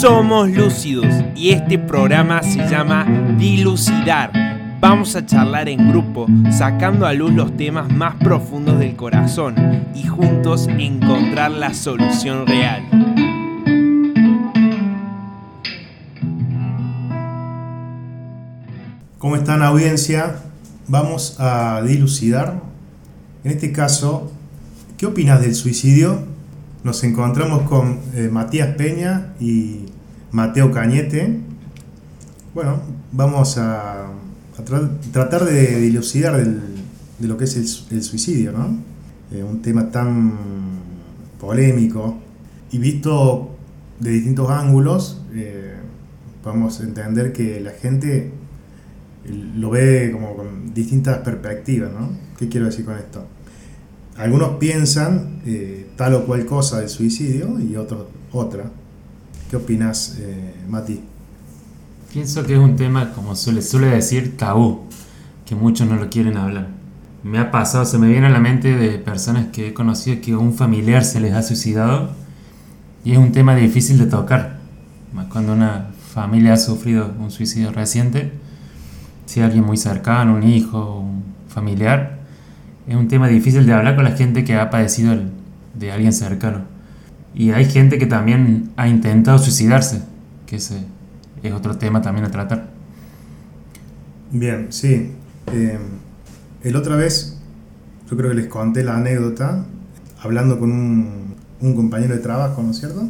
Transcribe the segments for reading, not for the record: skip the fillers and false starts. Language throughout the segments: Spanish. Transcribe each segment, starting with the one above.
Somos lúcidos y este programa se llama Dilucidar. Vamos a charlar en grupo, sacando a luz los temas más profundos del corazón y juntos encontrar la solución real. ¿Cómo están, audiencia? Vamos a dilucidar. En este caso, ¿qué opinas del suicidio? Nos encontramos con Matías Peña y Mateo Cañete. Bueno, vamos a tratar de dilucidar de lo que es el suicidio, ¿no? Un tema tan polémico y visto de distintos ángulos, podemos entender que la gente lo ve como con distintas perspectivas, ¿no? ¿Qué quiero decir con esto? Algunos piensan tal o cual cosa del suicidio y otros otra. ¿Qué opinas, Mati? Pienso que es un tema, como suele decir, tabú, que muchos no lo quieren hablar. Me ha pasado, se me viene a la mente de personas que he conocido que un familiar se les ha suicidado y es un tema difícil de tocar. Cuando una familia ha sufrido un suicidio reciente, si alguien muy cercano, un hijo, un familiar, es un tema difícil de hablar con la gente que ha padecido de alguien cercano. Y hay gente que también ha intentado suicidarse, que ese es otro tema también a tratar. Bien, sí. El otra vez, yo creo que les conté la anécdota, hablando con un compañero de trabajo, ¿no es cierto?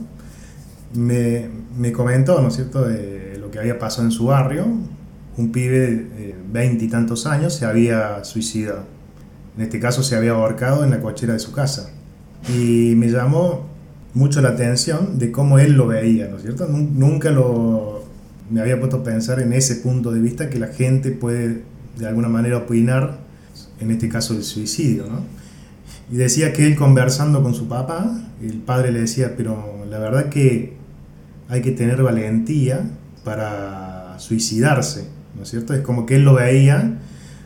Me comentó, ¿no es cierto?, de lo que había pasado en su barrio. Un pibe de 20 y tantos años se había suicidado. En este caso se había ahorcado en la cochera de su casa. Y me llamó mucho la atención de cómo él lo veía, ¿no es cierto? Nunca me había puesto a pensar en ese punto de vista que la gente puede de alguna manera opinar, en este caso del suicidio, ¿no? Y decía que él, conversando con su papá, el padre le decía, pero la verdad que hay que tener valentía para suicidarse, ¿no es cierto? Es como que él lo veía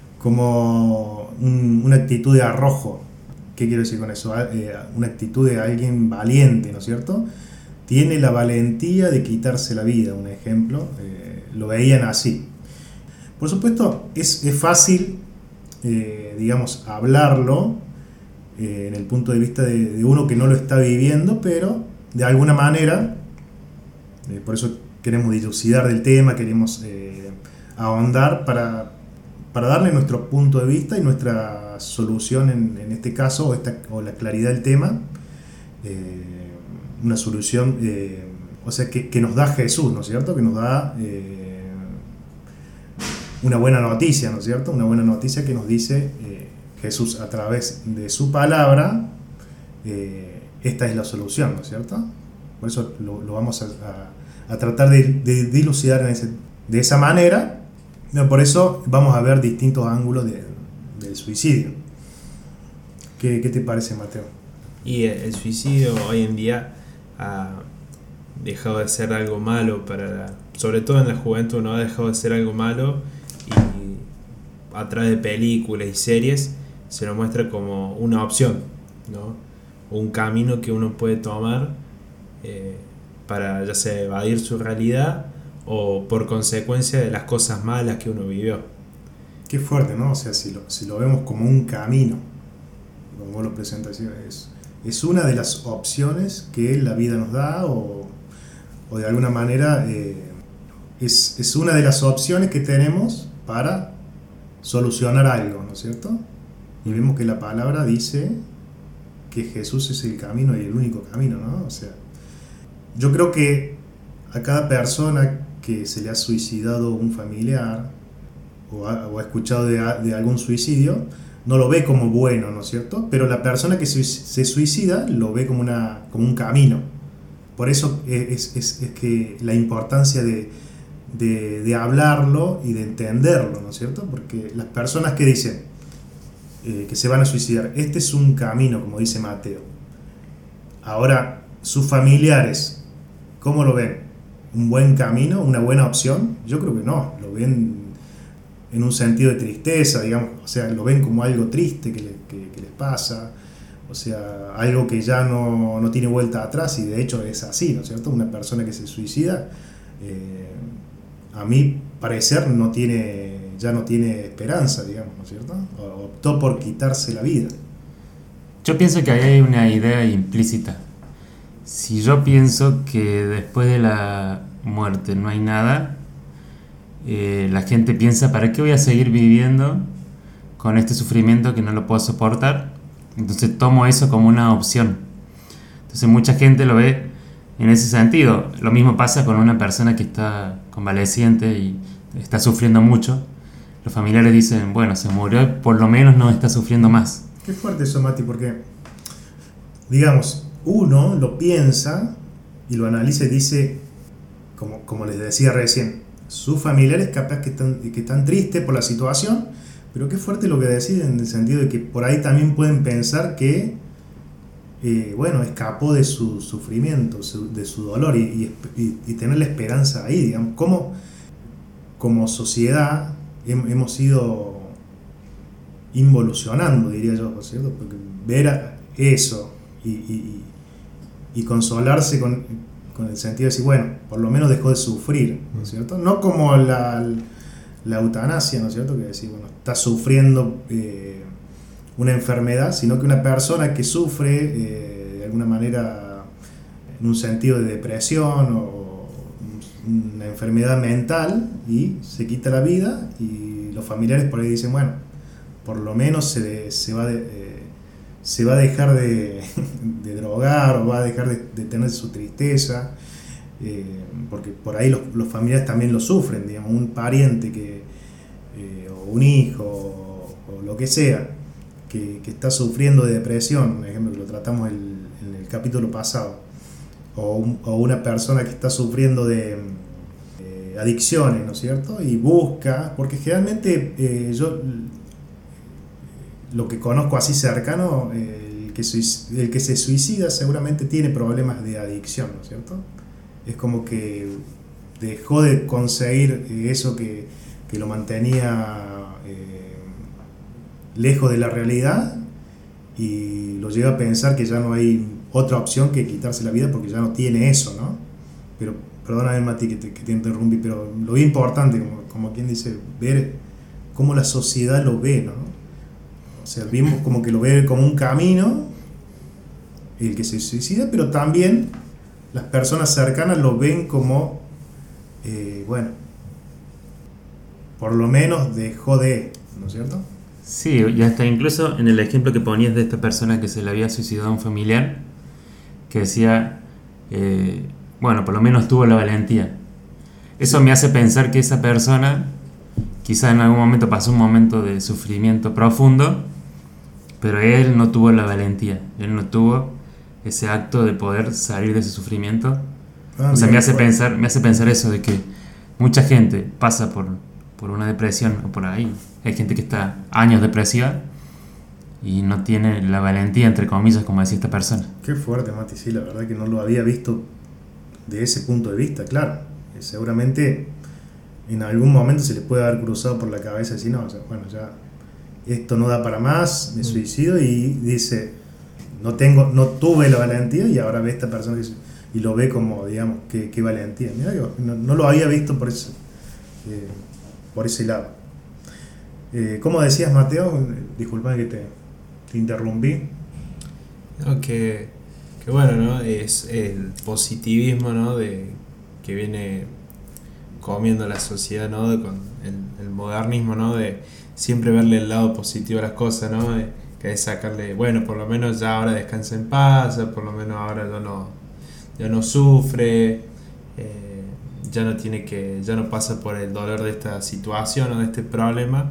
como una actitud de arrojo. ¿Qué quiero decir con eso? Una actitud de alguien valiente, ¿no es cierto? Tiene la valentía de quitarse la vida, un ejemplo. Lo veían así. Por supuesto, es fácil, digamos, hablarlo en el punto de vista de uno que no lo está viviendo, pero de alguna manera, por eso queremos dilucidar del tema, queremos ahondar para darle nuestro punto de vista y nuestra solución en este caso, o la claridad del tema, una solución, o sea, que nos da Jesús, ¿no es cierto? Que nos da una buena noticia, ¿no es cierto? Una buena noticia que nos dice Jesús a través de su palabra, esta es la solución, ¿no es cierto? Por eso lo vamos a tratar de dilucidar de esa manera. Por eso vamos a ver distintos ángulos del suicidio. ¿Qué te parece, Mateo? Y el suicidio hoy en día ha dejado de ser algo malo, sobre todo en la juventud, ¿no? Ha dejado de ser algo malo y a través de películas y series se lo muestra como una opción, ¿no? Un camino que uno puede tomar para ya sea evadir su realidad o por consecuencia de las cosas malas que uno vivió. Qué fuerte, ¿no? O sea, si lo vemos como un camino, como vos lo presentas, es una de las opciones que la vida nos da, o de alguna manera es una de las opciones que tenemos para solucionar algo, ¿no es cierto? Y vemos que la palabra dice que Jesús es el camino y el único camino, ¿no? O sea, yo creo que a cada persona que se le ha suicidado un familiar o ha escuchado de algún suicidio, no lo ve como bueno, ¿no es cierto? Pero la persona que se suicida lo ve como un camino. Por eso es que la importancia de hablarlo y de entenderlo, ¿no es cierto? Porque las personas que dicen que se van a suicidar, este es un camino, como dice Mateo. Ahora, sus familiares, ¿cómo lo ven? ¿Un buen camino? ¿Una buena opción? Yo creo que no, lo ven en un sentido de tristeza, digamos, o sea, lo ven como algo triste que les pasa, O sea, algo que ya no tiene vuelta atrás, y de hecho es así, ¿no es cierto? Una persona que se suicida, a mi parecer, ya no tiene esperanza, digamos, ¿no es cierto? Optó por quitarse la vida. Yo pienso que ahí hay una idea implícita. Si yo pienso que después de la muerte no hay nada, la gente piensa, ¿para qué voy a seguir viviendo con este sufrimiento que no lo puedo soportar? Entonces tomo eso como una opción. Entonces mucha gente lo ve en ese sentido. Lo mismo pasa con una persona que está convaleciente y está sufriendo mucho. Los familiares dicen, bueno, se murió, por lo menos no está sufriendo más. Qué fuerte eso, Mati, porque, digamos, uno lo piensa y lo analiza y dice, como les decía recién, sus familiares capaz que están tristes por la situación, pero qué fuerte lo que deciden, en el sentido de que por ahí también pueden pensar que, escapó de su sufrimiento, de su dolor, y tener la esperanza ahí, digamos. Como sociedad hemos ido involucionando, diría yo, ¿no es cierto? Porque ver eso y consolarse con el sentido de decir, bueno, por lo menos dejó de sufrir, ¿no es cierto? No como la eutanasia, ¿no es cierto? Que decir, bueno, está sufriendo una enfermedad, sino que una persona que sufre de alguna manera en un sentido de depresión o una enfermedad mental y se quita la vida, y los familiares por ahí dicen, bueno, por lo menos se va a dejar de drogar, o va a dejar de tener su tristeza, porque por ahí los familiares también lo sufren, digamos, un pariente o un hijo o lo que sea que está sufriendo de depresión, por ejemplo, que lo tratamos en el capítulo pasado, o una persona que está sufriendo de adicciones, ¿no es cierto? Y busca, porque generalmente yo lo que conozco así cercano, el que se suicida seguramente tiene problemas de adicción, ¿no es cierto? Es como que dejó de conseguir eso que lo mantenía lejos de la realidad, y lo lleva a pensar que ya no hay otra opción que quitarse la vida porque ya no tiene eso, ¿no? Pero perdóname, Mati, que te interrumpí, pero lo importante, como quien dice, ver cómo la sociedad lo ve, ¿no? O sea, vimos como que lo ve como un camino, el que se suicida, pero también las personas cercanas lo ven como, por lo menos dejó de, ¿no es cierto? Sí, y hasta incluso en el ejemplo que ponías de esta persona que se le había suicidado a un familiar, que decía, por lo menos tuvo la valentía. Eso me hace pensar que esa persona quizás en algún momento pasó un momento de sufrimiento profundo, pero él no tuvo la valentía, él no tuvo ese acto de poder salir de ese sufrimiento. O sea, me hace pensar eso, de que mucha gente pasa por una depresión, o por ahí hay gente que está años depresiva y no tiene la valentía, entre comillas, como decía esta persona. Qué fuerte, Mati, sí, la verdad que no lo había visto de ese punto de vista, claro. Seguramente en algún momento se le puede haber cruzado por la cabeza decir, no, ya esto no da para más, me suicido, y dice, no tuve la valentía, y ahora ve a esta persona y lo ve como, digamos, qué valentía. Mirá, no lo había visto por ese lado. ¿Cómo decías, Mateo? Disculpa que te interrumpí. No, que bueno, ¿no? Es el positivismo, ¿no? Que viene comiendo la sociedad, ¿no? Con el modernismo, ¿no? De siempre verle el lado positivo a las cosas, ¿no? Que es sacarle, bueno, por lo menos ya ahora descansa en paz, por lo menos ahora ya no sufre, ya no pasa por el dolor de esta situación o de este problema.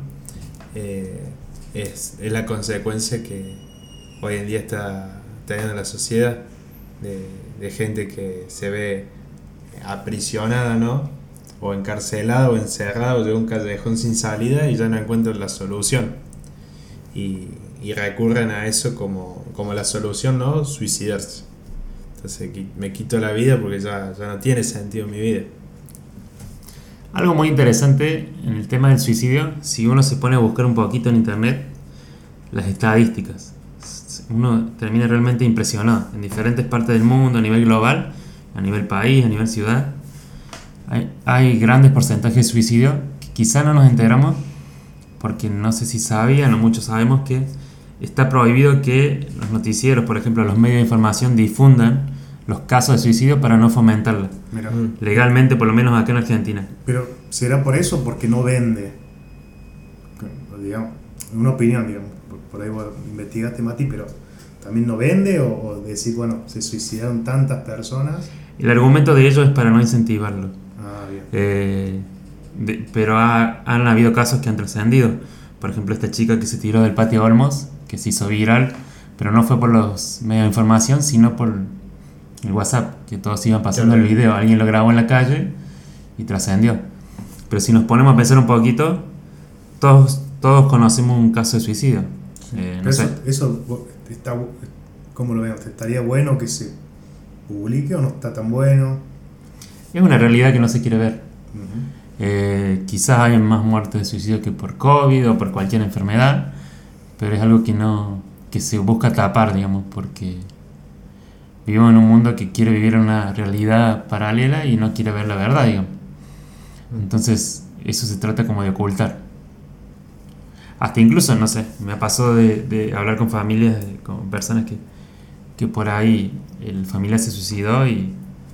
Es la consecuencia que hoy en día está teniendo la sociedad, de gente que se ve aprisionada, ¿no? O encarcelada o encerrada, o de un callejón sin salida, y ya no encuentran la solución, y recurren a eso como la solución, ¿no? Suicidarse. Entonces me quito la vida porque ya no tiene sentido mi vida. Algo muy interesante en el tema del suicidio, si uno se pone a buscar un poquito en internet las estadísticas, uno termina realmente impresionado. En diferentes partes del mundo, a nivel global, a nivel país, a nivel ciudad, hay grandes porcentajes de suicidio que quizá no nos enteramos porque no sé si sabían o muchos sabemos que está prohibido que los noticieros, por ejemplo, los medios de información difundan los casos de suicidio para no fomentarla. Mira. Legalmente, por lo menos acá en Argentina. Pero ¿será por eso o porque no vende? Digamos, una opinión, digamos. Por ahí vos investigaste, Mati, pero ¿también no vende o decir, bueno, se suicidaron tantas personas? El argumento de ello es para no incentivarlo. Ah, bien. Pero han habido casos que han trascendido. Por ejemplo, esta chica que se tiró del patio Olmos, que se hizo viral, pero no fue por los medios de información, sino por el WhatsApp, que todos iban pasando el video. Alguien lo grabó en la calle y trascendió. Pero si nos ponemos a pensar un poquito, todos conocemos un caso de suicidio. No sé. Eso está, ¿cómo lo vemos? ¿Estaría bueno que se publique o no está tan bueno? Es una realidad que no se quiere ver. Uh-huh. Quizás hay más muertes de suicidio que por COVID o por cualquier enfermedad, pero es algo que se busca tapar, digamos, porque vivimos en un mundo que quiere vivir una realidad paralela y no quiere ver la verdad, digamos. Entonces eso se trata como de ocultar. Hasta incluso, no sé, me pasó de hablar con familias, con personas que por ahí el familiar se suicidó y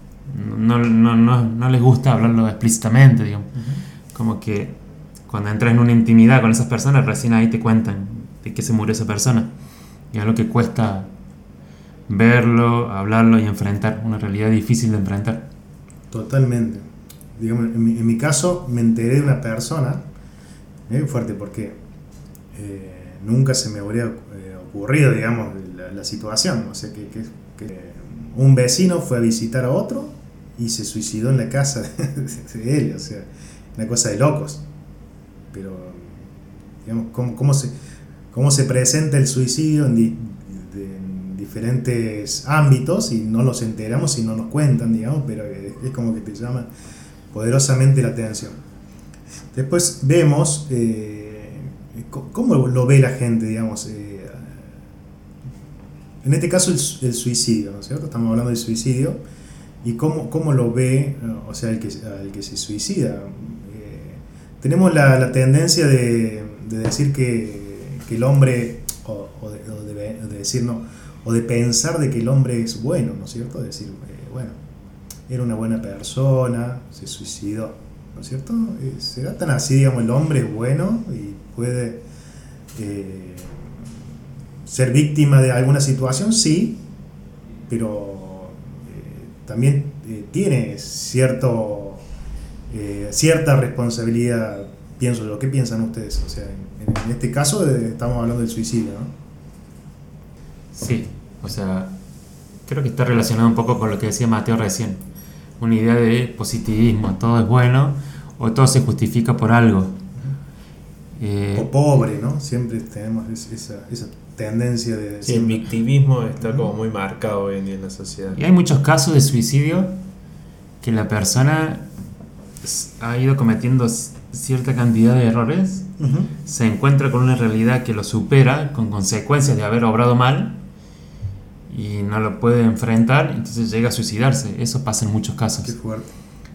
no les gusta hablarlo explícitamente, digamos. Uh-huh. Como que cuando entras en una intimidad con esas personas, recién ahí te cuentan de qué se murió esa persona. Y es lo que cuesta verlo, hablarlo y enfrentar, una realidad difícil de enfrentar. Totalmente. Digamos, en mi caso me enteré de una persona, fuerte, porque nunca se me habría ocurrido, digamos, la situación. O sea, que un vecino fue a visitar a otro y se suicidó en la casa de él. O sea, una cosa de locos. Pero, digamos, cómo se presenta el suicidio en diferentes ámbitos y no los enteramos y no nos cuentan, digamos, pero es como que te llama poderosamente la atención. Después vemos cómo lo ve la gente, digamos, en este caso el suicidio, ¿no es cierto? Estamos hablando del suicidio y cómo lo ve, o sea, el que se suicida. Tenemos la tendencia de decir que el hombre, de decir no, o de pensar de que el hombre es bueno, ¿no es cierto? De decir, bueno, era una buena persona, se suicidó, ¿no es cierto? ¿Será tan así, digamos, el hombre es bueno y puede ser víctima de alguna situación? Sí, pero también tiene cierta responsabilidad, pienso yo. ¿Qué piensan ustedes? O sea, en este caso estamos hablando del suicidio, ¿no? Sí, o sea, creo que está relacionado un poco con lo que decía Mateo recién. Una idea de positivismo, todo es bueno o todo se justifica por algo. O pobre, ¿no? Siempre tenemos esa tendencia de decir... Sí, el victimismo está como muy marcado hoy en día en la sociedad. Y hay muchos casos de suicidio que la persona ha ido cometiendo cierta cantidad de errores, uh-huh. Se encuentra con una realidad que lo supera, con consecuencias de haber obrado mal, y no lo puede enfrentar, entonces llega a suicidarse. Eso pasa en muchos casos. Qué fuerte.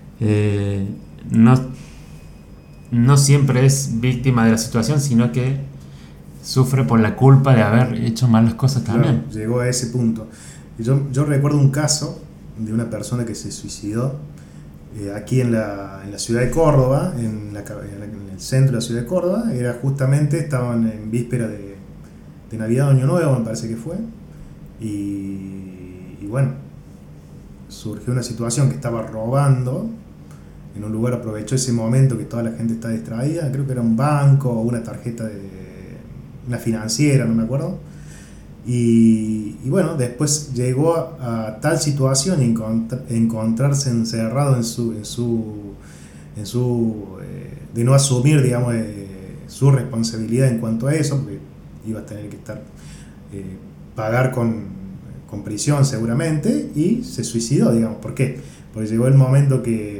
No siempre es víctima de la situación, sino que sufre por la culpa de haber hecho mal las cosas también. Claro, llegó a ese punto. Yo recuerdo un caso de una persona que se suicidó aquí en la ciudad de Córdoba, en el centro de la ciudad de Córdoba. Estaban en víspera de Navidad o Año Nuevo, me parece que fue. Y bueno, surgió una situación que estaba robando en un lugar, aprovechó ese momento que toda la gente está distraída, creo que era un banco o una tarjeta de una financiera, no me acuerdo, y bueno, después llegó a tal situación y encontrarse encerrado de no asumir, digamos, su responsabilidad en cuanto a eso, porque iba a tener que pagar con prisión seguramente, y se suicidó, digamos. ¿Por qué? Porque llegó el momento que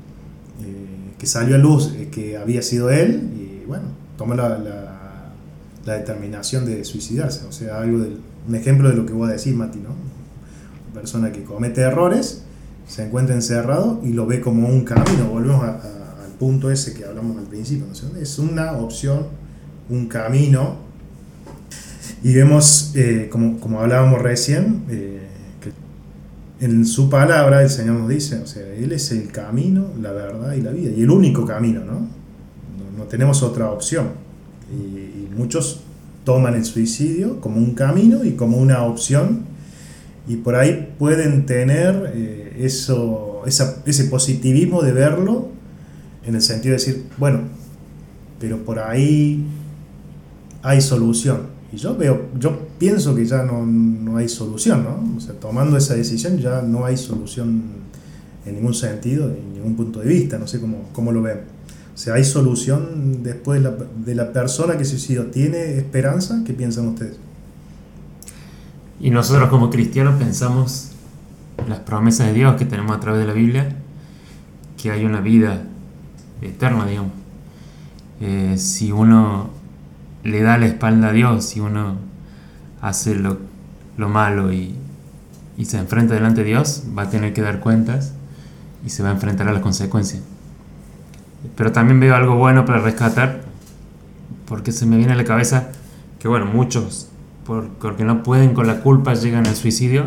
salió a luz que había sido él, y bueno, tomó la determinación de suicidarse. O sea, un ejemplo de lo que voy a decir, Mati, ¿no? Una persona que comete errores, se encuentra encerrado y lo ve como un camino. Volvemos al punto ese que hablamos al principio, ¿no? Es una opción, un camino. Y vemos, como hablábamos recién, que en su palabra el Señor nos dice, o sea, Él es el camino, la verdad y la vida, y el único camino, ¿no? No tenemos otra opción. Y muchos toman el suicidio como un camino y como una opción, y por ahí pueden tener ese positivismo de verlo, en el sentido de decir, bueno, pero por ahí hay solución. Y yo pienso que ya no hay solución, ¿no? O sea, tomando esa decisión ya no hay solución en ningún sentido, en ningún punto de vista, no sé cómo lo ven. O sea, ¿hay solución después de la persona que se suicidó? ¿Tiene esperanza? ¿Qué piensan ustedes? Y nosotros como cristianos pensamos en las promesas de Dios que tenemos a través de la Biblia, que hay una vida eterna, digamos. Si uno le da la espalda a Dios, si uno hace lo malo y se enfrenta delante de Dios, va a tener que dar cuentas y se va a enfrentar a las consecuencias. Pero también veo algo bueno para rescatar, porque se me viene a la cabeza que, bueno, muchos, porque no pueden con la culpa, llegan al suicidio.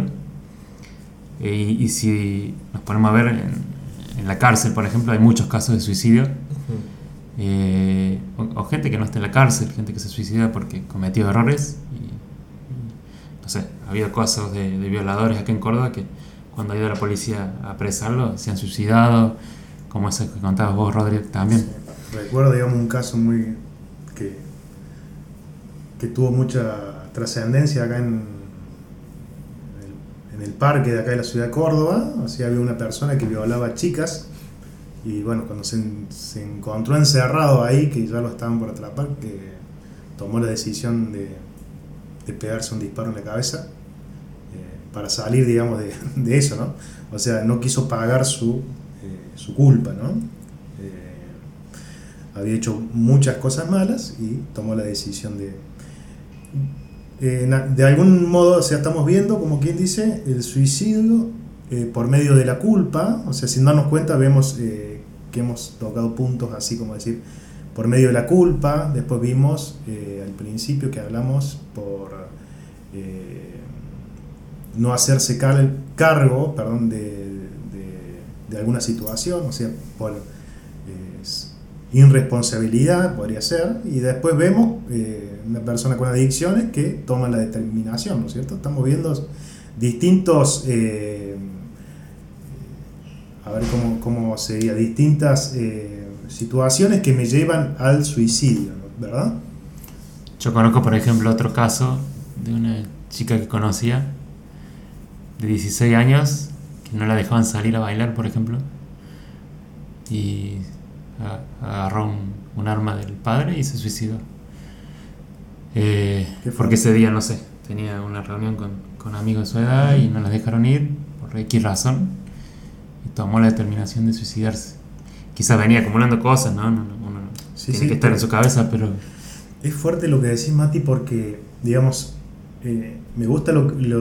Y si nos ponemos a ver en la cárcel, por ejemplo, hay muchos casos de suicidio. O gente que no está en la cárcel, gente que se suicida porque cometió errores y no sé, ha habido casos de violadores aquí en Córdoba que cuando ha ido la policía a apresarlo se han suicidado, como ese que contabas vos, Rodri, también. Sí. Recuerdo, digamos, un caso que tuvo mucha trascendencia acá en el parque de acá de la ciudad de Córdoba. O sea, había una persona que violaba a chicas. Y bueno, cuando se encontró encerrado ahí, que ya lo estaban por atrapar, que tomó la decisión de pegarse un disparo en la cabeza para salir, digamos, de eso, ¿no? O sea, no quiso pagar su culpa, ¿no? Había hecho muchas cosas malas y tomó la decisión de algún modo, o sea, estamos viendo, como quien dice, el suicidio por medio de la culpa. O sea, sin darnos cuenta vemos que hemos tocado puntos así como decir, por medio de la culpa. Después vimos al principio que hablamos por no hacerse cargo de alguna situación, o sea, por irresponsabilidad podría ser. Y después vemos una persona con adicciones que toma la determinación, ¿no es cierto? Estamos viendo distintos a ver cómo sería, distintas situaciones que me llevan al suicidio, ¿verdad? Yo conozco, por ejemplo, otro caso de una chica que conocía de 16 años que no la dejaban salir a bailar, por ejemplo, y agarró un arma del padre y se suicidó. Porque ese día, no sé, tenía una reunión con amigos de su edad y no las dejaron ir por X razón. Y tomó la determinación de suicidarse. Quizás venía acumulando cosas, ¿no? Uno tiene que estar en su cabeza, pero... Es fuerte lo que decís, Mati, porque, digamos, me gusta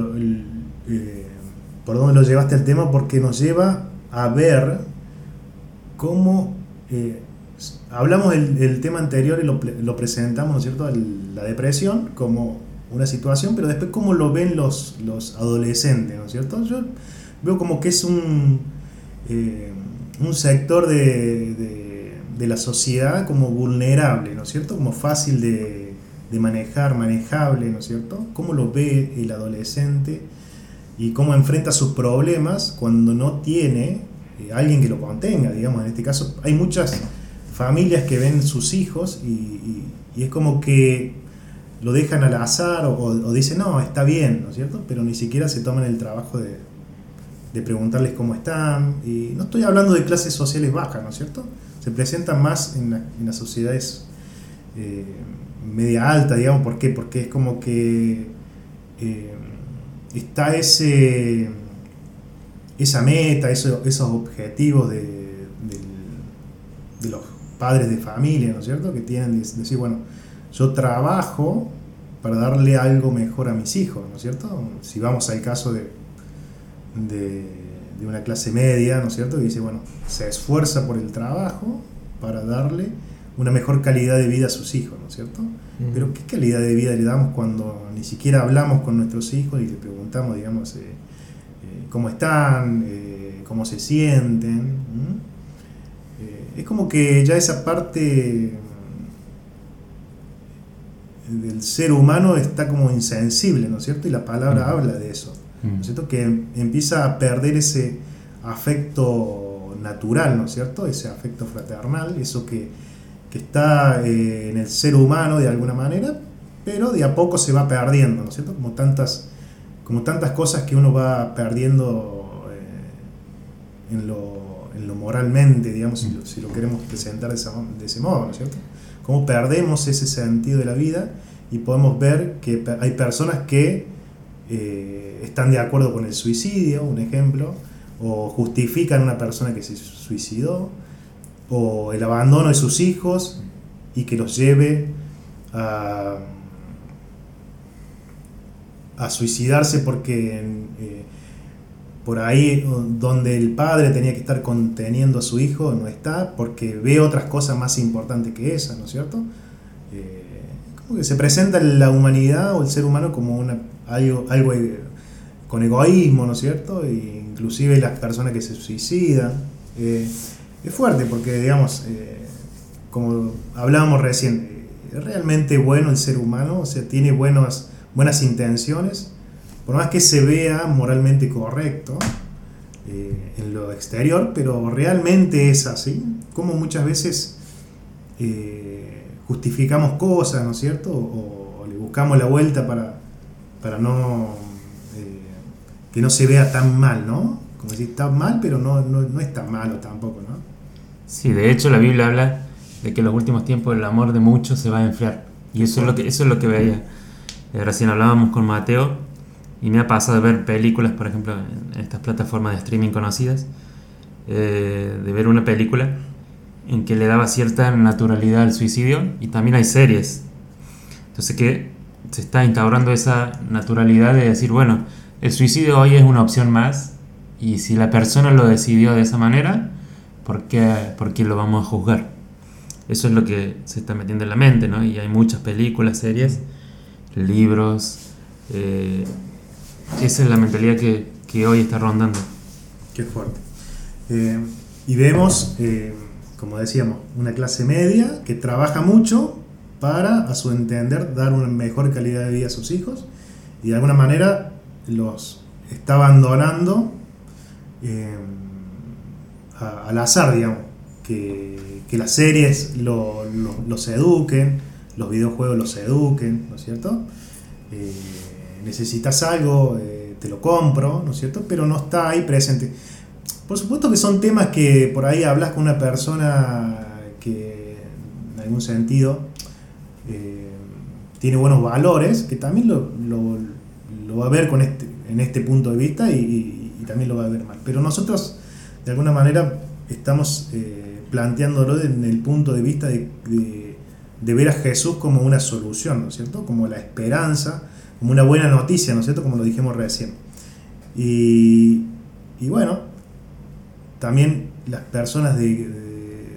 por dónde lo llevaste al tema, porque nos lleva a ver cómo... hablamos del tema anterior y lo presentamos, ¿no es cierto?, la depresión como una situación, pero después cómo lo ven los adolescentes, ¿no es cierto? Yo veo como que es un sector de la sociedad como vulnerable, ¿no es cierto? Como fácil de manejar, manejable, ¿no es cierto? ¿Cómo lo ve el adolescente y cómo enfrenta sus problemas cuando no tiene alguien que lo contenga? Digamos, en este caso hay muchas familias que ven sus hijos y es como que lo dejan al azar o dicen, no, está bien, ¿no es cierto? Pero ni siquiera se toman el trabajo de preguntarles cómo están. Y no estoy hablando de clases sociales bajas, ¿no es cierto? Se presentan más en las sociedades media alta, digamos. ¿Por qué? Porque es como que está esa meta, esos objetivos de los padres de familia, ¿no es cierto? Que tienen de decir, bueno, yo trabajo para darle algo mejor a mis hijos, ¿no es cierto? Si vamos al caso de una clase media, ¿no es cierto? Que dice, bueno, se esfuerza por el trabajo para darle una mejor calidad de vida a sus hijos, ¿no es cierto? Pero ¿qué calidad de vida le damos cuando ni siquiera hablamos con nuestros hijos y le preguntamos, digamos, cómo están, cómo se sienten? Es como que ya esa parte del ser humano está como insensible, ¿no es cierto? Y la palabra habla de eso, ¿no es cierto? Que empieza a perder ese afecto natural, ¿no es cierto? Ese afecto fraternal, eso que está en el ser humano de alguna manera, pero de a poco se va perdiendo, ¿no es cierto? Como tantas cosas que uno va perdiendo en lo moralmente, digamos, si lo queremos presentar de ese modo, ¿no es cierto? Cómo perdemos ese sentido de la vida y podemos ver que hay personas que están de acuerdo con el suicidio, un ejemplo, o justifican a una persona que se suicidó, o el abandono de sus hijos y que los lleve a suicidarse porque por ahí donde el padre tenía que estar conteniendo a su hijo no está, porque ve otras cosas más importantes que esas, ¿no es cierto? Como que se presenta la humanidad o el ser humano como algo con egoísmo, ¿no es cierto? E inclusive las personas que se suicidan. Es fuerte porque, digamos, como hablábamos recién, es realmente bueno el ser humano, o sea, tiene buenas intenciones, por más que se vea moralmente correcto en lo exterior, pero realmente es así, como muchas veces justificamos cosas, ¿no es cierto? O le buscamos la vuelta para no que no se vea tan mal, ¿no? Como decir, está mal, pero no es tan malo tampoco, ¿no? Sí, de hecho la Biblia habla de que en los últimos tiempos el amor de muchos se va a enfriar. Y eso es lo que veía. Recién hablábamos con Mateo y me ha pasado de ver películas, por ejemplo, en estas plataformas de streaming conocidas, de ver una película en que le daba cierta naturalidad al suicidio, y también hay series. Entonces que se está instaurando esa naturalidad de decir, bueno, el suicidio hoy es una opción más, y si la persona lo decidió de esa manera, ¿por qué lo vamos a juzgar? Eso es lo que se está metiendo en la mente, ¿no? Y hay muchas películas, series, libros. Esa es la mentalidad que hoy está rondando. Qué fuerte. Y vemos, como decíamos, una clase media que trabaja mucho para, a su entender, dar una mejor calidad de vida a sus hijos, y de alguna manera los está abandonando al azar, digamos, que las series los eduquen, los videojuegos los eduquen, ¿no es cierto? Necesitas algo, te lo compro, ¿no es cierto? Pero no está ahí presente. Por supuesto que son temas que por ahí hablas con una persona que en algún sentido tiene buenos valores, que también lo va a ver en este punto de vista y también lo va a ver mal. Pero nosotros de alguna manera estamos planteándolo en el punto de vista de ver a Jesús como una solución, ¿no es cierto? Como la esperanza, como una buena noticia, ¿no es cierto? Como lo dijimos recién. Y bueno, también las personas que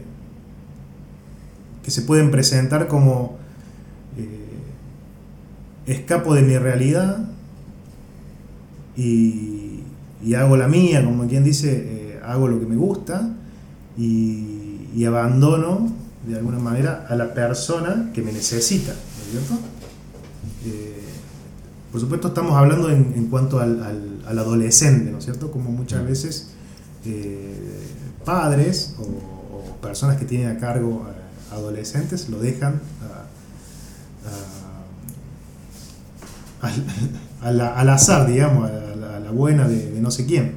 se pueden presentar como escapo de mi realidad y hago la mía, como quien dice, hago lo que me gusta y abandono de alguna manera a la persona que me necesita, ¿no es cierto? Por supuesto estamos hablando en cuanto al adolescente, ¿no es cierto? Como muchas veces padres o personas que tienen a cargo adolescentes lo dejan al azar, digamos, a la buena de no sé quién.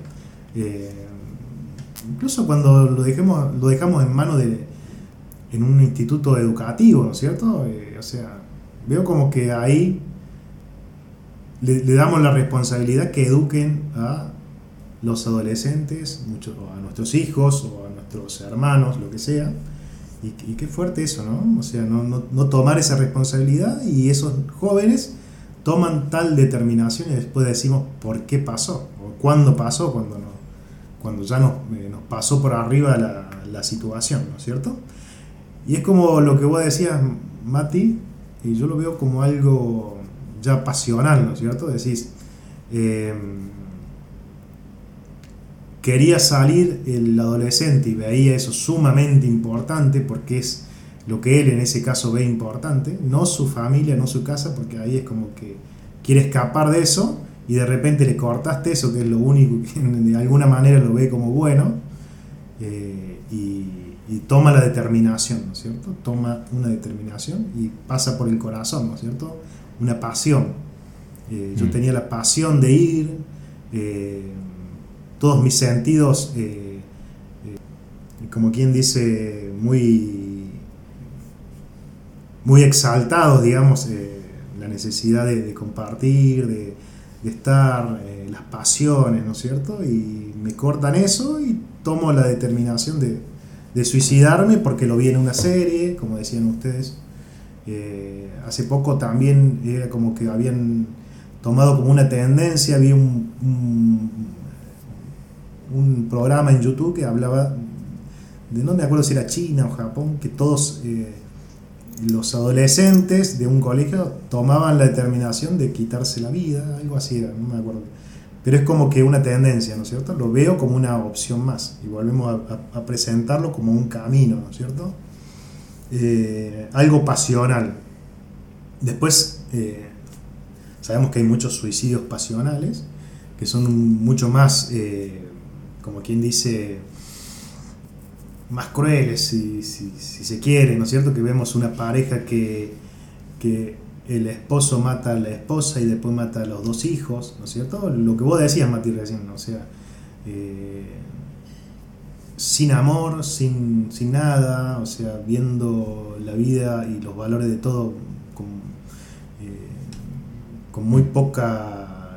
Incluso cuando lo dejamos en manos en un instituto educativo, ¿no es cierto? O sea, veo como que ahí le damos la responsabilidad que eduquen a los adolescentes, a nuestros hijos o a nuestros hermanos, lo que sea, Y qué fuerte eso, ¿no? O sea, no tomar esa responsabilidad, y esos jóvenes toman tal determinación y después decimos por qué pasó, o cuándo pasó, cuando ya nos pasó por arriba la situación, ¿no es cierto? Y es como lo que vos decías, Mati, y yo lo veo como algo ya pasional, ¿no es cierto? Decís, quería salir el adolescente y veía eso sumamente importante, porque es lo que él en ese caso ve importante, no su familia, no su casa, porque ahí es como que quiere escapar de eso, y de repente le cortaste eso, que es lo único que de alguna manera lo ve como bueno, y toma la determinación, ¿no es cierto? Toma una determinación y pasa por el corazón, ¿no es cierto? Una pasión. Yo tenía la pasión de ir, todos mis sentidos, como quien dice, muy exaltados, digamos, la necesidad de compartir, de estar, las pasiones, ¿no es cierto? Y me cortan eso y tomo la determinación de suicidarme, porque lo vi en una serie, como decían ustedes. Hace poco también era como que habían tomado como una tendencia, había un programa en YouTube que hablaba de, no me acuerdo si era China o Japón, que todos los adolescentes de un colegio tomaban la determinación de quitarse la vida, algo así era, no me acuerdo. Pero es como que una tendencia, ¿no es cierto? Lo veo como una opción más, y volvemos a presentarlo como un camino, ¿no es cierto? Algo pasional. Después, sabemos que hay muchos suicidios pasionales, que son mucho más, como quien dice, más crueles, si se quiere, ¿no es cierto? Que vemos una pareja que el esposo mata a la esposa y después mata a los dos hijos, ¿no es cierto? Lo que vos decías, Mati, recién, ¿no? O sea, sin amor, sin nada, o sea, viendo la vida y los valores de todo con muy poca,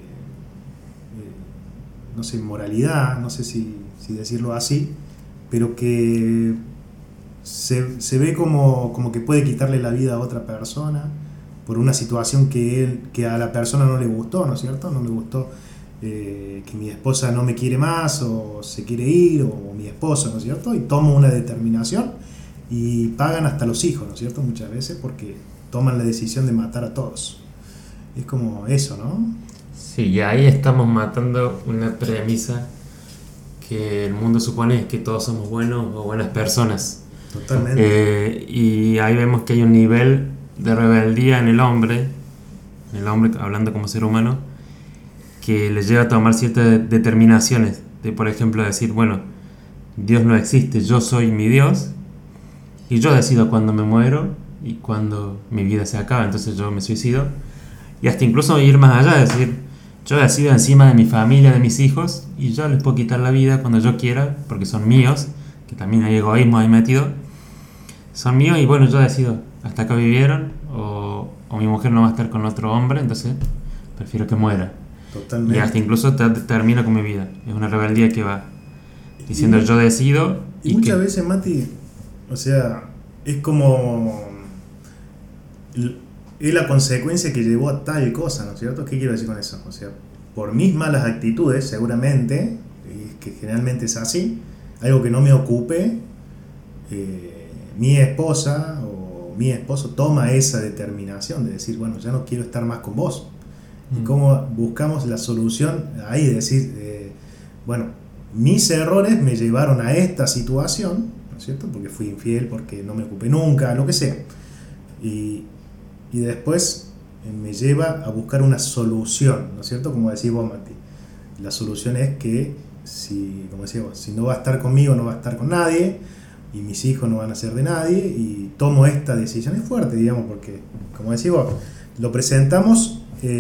no sé, moralidad, no sé si decirlo así, pero que se ve como que puede quitarle la vida a otra persona por una situación que a la persona no le gustó, ¿no es cierto? No le gustó que mi esposa no me quiere más, o se quiere ir, o mi esposo, ¿no es cierto? Y toma una determinación y pagan hasta los hijos, ¿no es cierto? Muchas veces, porque toman la decisión de matar a todos. Es como eso, ¿no? Sí, y ahí estamos matando una premisa que el mundo supone que todos somos buenos o buenas personas. Totalmente. Y ahí vemos que hay un nivel de rebeldía en el hombre hablando como ser humano, que le lleva a tomar ciertas determinaciones, de por ejemplo decir, bueno, Dios no existe, yo soy mi Dios, y yo decido cuándo me muero y cuándo mi vida se acaba, entonces yo me suicido, y hasta incluso ir más allá, decir, yo decido encima de mi familia, de mis hijos, y yo les puedo quitar la vida cuando yo quiera, porque son míos, que también hay egoísmo ahí metido, son míos, y bueno, yo decido, hasta acá vivieron, o mi mujer no va a estar con otro hombre, entonces prefiero que muera. Totalmente. Y hasta incluso termino con mi vida. Es una rebeldía que va diciendo yo decido. Y muchas veces, Mati, o sea, es como es la consecuencia que llevó a tal cosa, ¿no es cierto? ¿Qué quiero decir con eso? O sea, por mis malas actitudes, seguramente, que generalmente es así, algo que no me ocupe, mi esposa o mi esposo toma esa determinación de decir, bueno, ya no quiero estar más con vos. Y cómo buscamos la solución ahí, de decir, bueno, mis errores me llevaron a esta situación, ¿no es cierto? Porque fui infiel, porque no me ocupé nunca, lo que sea. Y después me lleva a buscar una solución, ¿no es cierto? Como decís vos, Mati. La solución es que, como decís vos, si no va a estar conmigo, no va a estar con nadie, y mis hijos no van a ser de nadie, y tomo esta decisión. Es fuerte, digamos, porque, como decís vos, lo presentamos.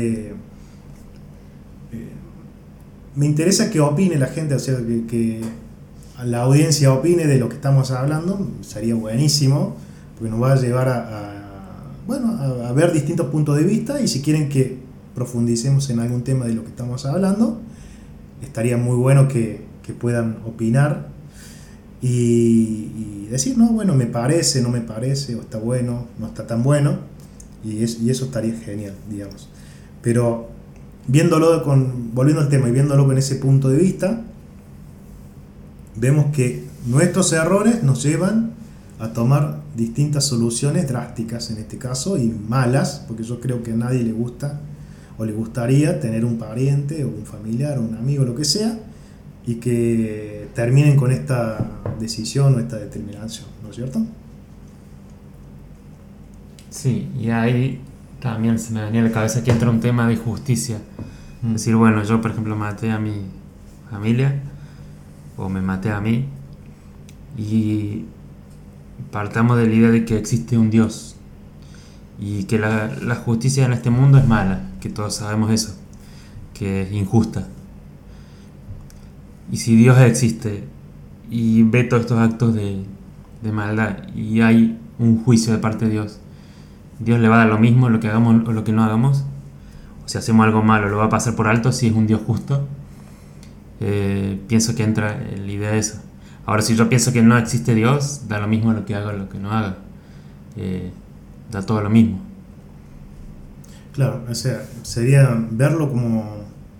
Me interesa que opine la gente, o sea, que la audiencia opine de lo que estamos hablando, sería buenísimo, porque nos va a llevar a ver distintos puntos de vista, y si quieren que profundicemos en algún tema de lo que estamos hablando, estaría muy bueno que puedan opinar. y decir, no, bueno, me parece, no me parece, o está bueno, no está tan bueno, y eso estaría genial, digamos. Pero volviendo al tema y viéndolo con ese punto de vista, vemos que nuestros errores nos llevan a tomar distintas soluciones drásticas en este caso y malas, porque yo creo que a nadie le gusta o le gustaría tener un pariente o un familiar o un amigo, lo que sea, y que terminen con esta decisión o esta determinación, ¿no es cierto? Sí, y ahí también se me venía a la cabeza que entra un tema de justicia. Es decir, bueno, yo por ejemplo maté a mi familia o me maté a mí, y partamos de la idea de que existe un Dios y que la justicia en este mundo es mala, que todos sabemos eso, que es injusta. Y si Dios existe y ve todos estos actos de maldad y hay un juicio de parte de Dios, ¿Dios le va a dar lo mismo lo que hagamos o lo que no hagamos? O si hacemos algo malo, ¿lo va a pasar por alto si es un Dios justo? Pienso que entra en la idea de eso. Ahora, si yo pienso que no existe Dios, da lo mismo lo que haga o lo que no haga. Da todo lo mismo. Claro, o sea, sería verlo como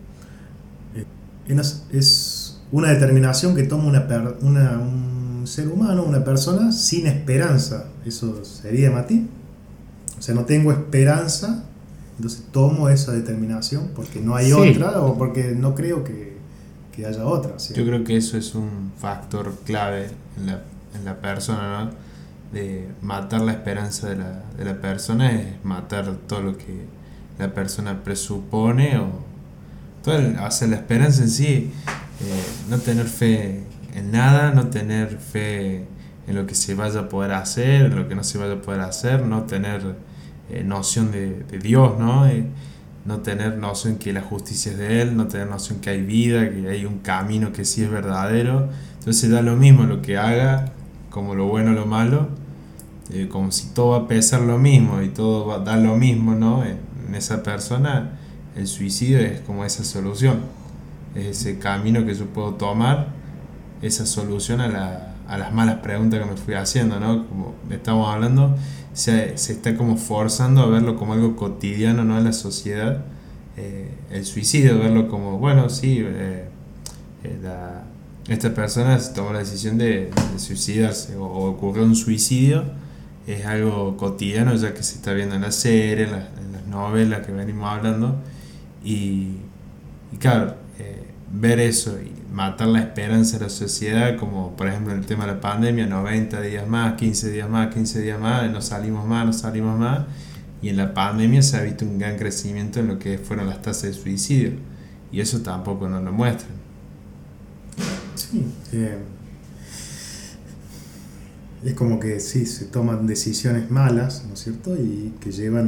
es una determinación que toma un ser humano, una persona sin esperanza. Eso sería, Mati. O sea, no tengo esperanza, entonces tomo esa determinación porque no hay otra o porque no creo que haya otra, ¿sí? Yo creo que eso es un factor clave en la persona, ¿no? De matar la esperanza de la persona es matar todo lo que la persona presupone o hacer la esperanza en sí, no tener fe en nada, no tener fe en lo que se vaya a poder hacer, en lo que no se vaya a poder hacer, no tener noción de Dios, ¿no? No tener noción que la justicia es de Él, no tener noción que hay vida, que hay un camino que sí es verdadero. Entonces da lo mismo lo que haga, como lo bueno o lo malo, como si todo va a pesar lo mismo y todo va a dar lo mismo, ¿no? En esa persona, el suicidio es como esa solución, es ese camino que yo puedo tomar, esa solución a las malas preguntas que me fui haciendo, ¿no? Como estamos hablando, se está como forzando a verlo como algo cotidiano, ¿no? En la sociedad, el suicidio, verlo como, bueno, sí, esta persona tomó la decisión de suicidarse o ocurrió un suicidio, es algo cotidiano ya que se está viendo en las series, en las novelas que venimos hablando, y claro, ver eso y matar la esperanza de la sociedad, como por ejemplo en el tema de la pandemia, 90 días más, 15 días más, 15 días más, no salimos más, y en la pandemia se ha visto un gran crecimiento en lo que fueron las tasas de suicidio, y eso tampoco nos lo muestran. Sí, es como que sí, se toman decisiones malas, ¿no es cierto? Y que llevan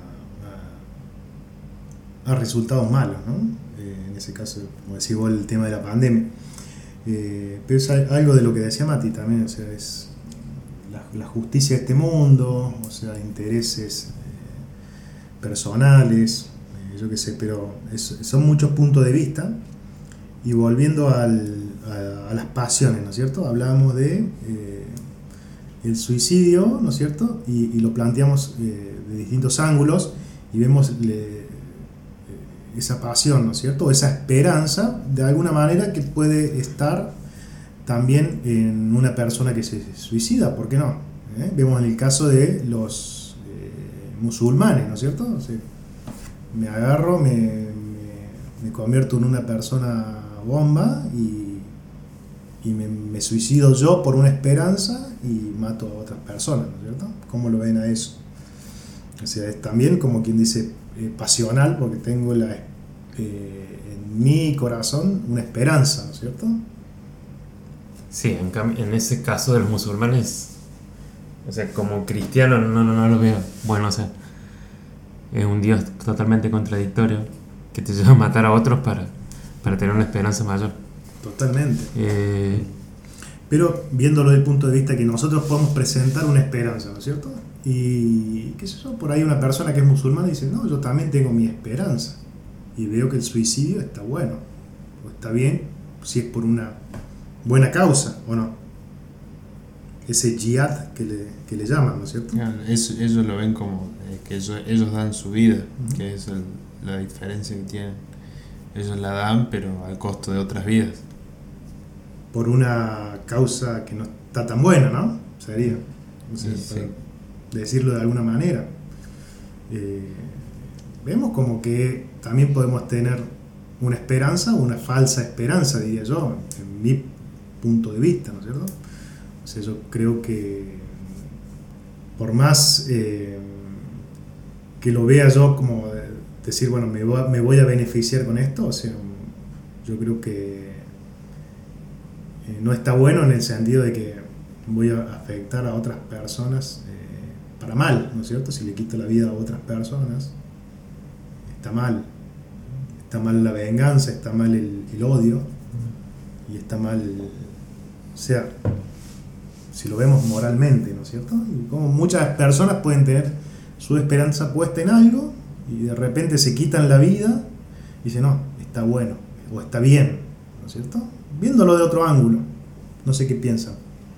a resultados malos, ¿no? En ese caso, como decís vos, el tema de la pandemia. Pero es algo de lo que decía Mati también, o sea, es la justicia de este mundo, o sea, intereses personales, yo qué sé, pero son muchos puntos de vista. Y volviendo a las pasiones, ¿no es cierto? Hablábamos de el suicidio, ¿no es cierto? Y lo planteamos de distintos ángulos y vemos esa pasión, ¿no es cierto? Esa esperanza, de alguna manera, que puede estar también en una persona que se suicida, ¿por qué no? Vemos en el caso de los musulmanes, ¿no es cierto? O sea, me agarro, me convierto en una persona bomba y me suicido yo por una esperanza y mato a otras personas, ¿no es cierto? ¿Cómo lo ven a eso? O sea, es también como quien dice pasional, porque tengo en mi corazón una esperanza, ¿no es cierto? Sí, en ese caso de los musulmanes, o sea, como cristiano no lo veo. Bueno, o sea, es un Dios totalmente contradictorio que te lleva a matar a otros para tener una esperanza mayor. Totalmente. Pero viéndolo desde el punto de vista que nosotros podemos presentar una esperanza, ¿no es cierto? Y qué sé yo, por ahí una persona que es musulmana dice, no, yo también tengo mi esperanza y veo que el suicidio está bueno o está bien si es por una buena causa o no. ese jihad que le llaman, ¿no es cierto? Claro, ellos lo ven como que ellos dan su vida, que es la diferencia que tienen. Ellos la dan, pero al costo de otras vidas. Por una causa que no está tan buena, ¿no? Sería, no sé, Sí. para decirlo de alguna manera. Vemos como que también podemos tener una esperanza o una falsa esperanza, diría yo, en mi punto de vista, ¿no es cierto? O sea, yo creo que por más que lo vea yo como decir, bueno, me voy a beneficiar con esto, o sea, yo creo que no está bueno en el sentido de que voy a afectar a otras personas para mal, ¿no es cierto? Si le quito la vida a otras personas, está mal. Está mal la venganza, está mal el odio y está mal, o sea, si lo vemos moralmente, ¿no es cierto? Y como muchas personas pueden tener su esperanza puesta en algo y de repente se quitan la vida y dicen, no, está bueno o está bien, ¿no es cierto? Viéndolo de otro ángulo, no sé qué piensan.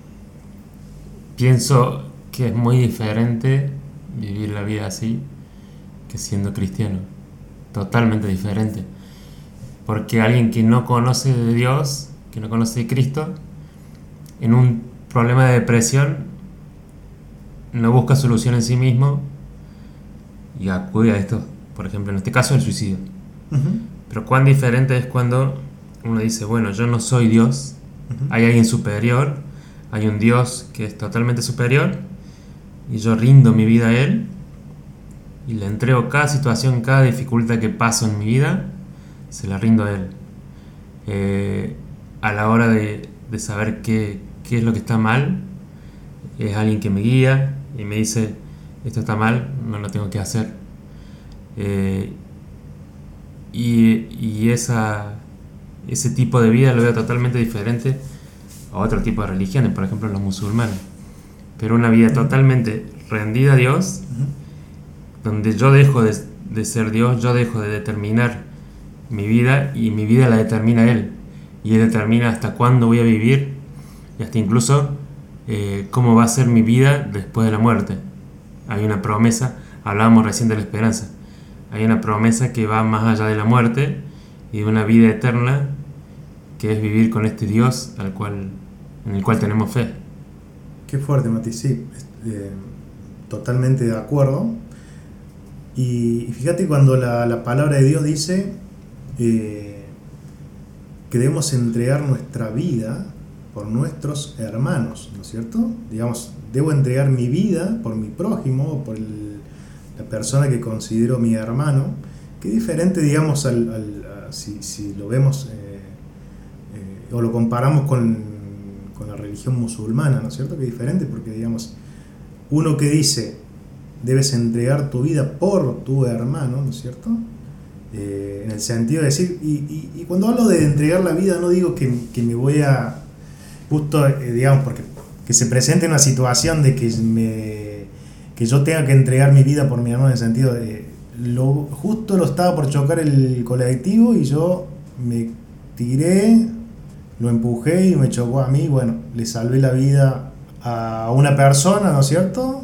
Pienso que es muy diferente vivir la vida así que siendo cristiano. Totalmente diferente. Porque alguien que no conoce de Dios, que no conoce de Cristo, en un problema de depresión, no busca solución en sí mismo y acude a esto. Por ejemplo, en este caso, el suicidio. Pero cuán diferente es cuando uno dice, bueno, yo no soy Dios, hay alguien superior, hay un Dios que es totalmente superior y yo rindo mi vida a Él y le entrego cada situación, cada dificultad que paso en mi vida, se la rindo a Él. A la hora de saber qué es lo que está mal, es alguien que me guía y me dice, esto está mal, no lo tengo que hacer. Y ese tipo de vida lo veo totalmente diferente a otro tipo de religiones, por ejemplo los musulmanes. Pero una vida totalmente rendida a Dios, donde yo dejo de ser Dios, yo dejo de determinar mi vida y mi vida la determina Él. Y Él determina hasta cuándo voy a vivir y hasta incluso cómo va a ser mi vida después de la muerte. Hay una promesa, hablábamos recién de la esperanza, hay una promesa que va más allá de la muerte y de una vida eterna que es vivir con este Dios en el cual tenemos fe. Qué fuerte, Mati, sí, totalmente de acuerdo. Y fíjate cuando la palabra de Dios dice que debemos entregar nuestra vida por nuestros hermanos, ¿no es cierto? Digamos, debo entregar mi vida por mi prójimo, por la persona que considero mi hermano. Qué diferente, digamos, si lo vemos o lo comparamos con la religión musulmana, ¿no es cierto? Qué diferente, porque, digamos, uno que dice debes entregar tu vida por tu hermano, ¿no es cierto? En el sentido de decir, y cuando hablo de entregar la vida, no digo que me voy a, justo, digamos, porque que se presente una situación de que yo tenga que entregar mi vida por mi hermano, en el sentido de, justo lo estaba por chocar el colectivo y yo me tiré, lo empujé y me chocó a mí, bueno, le salvé la vida a una persona, ¿no es cierto?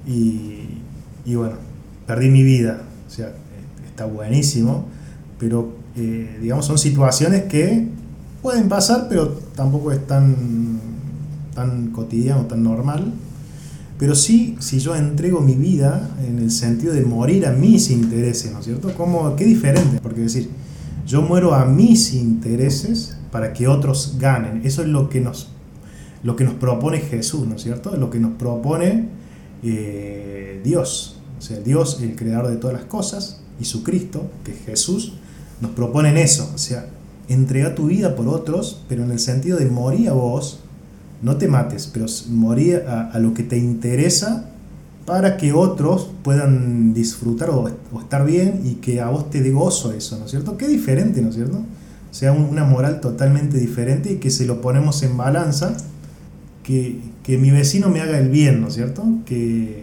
Y bueno, perdí mi vida, o sea, está buenísimo, pero digamos son situaciones que pueden pasar, pero tampoco es tan cotidiano, tan normal. Pero sí, si yo entrego mi vida en el sentido de morir a mis intereses, ¿no es cierto? Qué diferente, porque decir, yo muero a mis intereses para que otros ganen. Eso es lo que nos propone Jesús, ¿no es cierto? Lo que nos propone Dios. O sea, Dios, el creador de todas las cosas, y su Cristo, que es Jesús, nos proponen eso. O sea, entrega tu vida por otros, pero en el sentido de morir a vos, no te mates, pero morir a lo que te interesa para que otros puedan disfrutar o estar bien y que a vos te dé gozo eso, ¿no es cierto? Qué diferente, ¿no es cierto? O sea, una moral totalmente diferente y que si lo ponemos en balanza, que mi vecino me haga el bien, ¿no es cierto? Que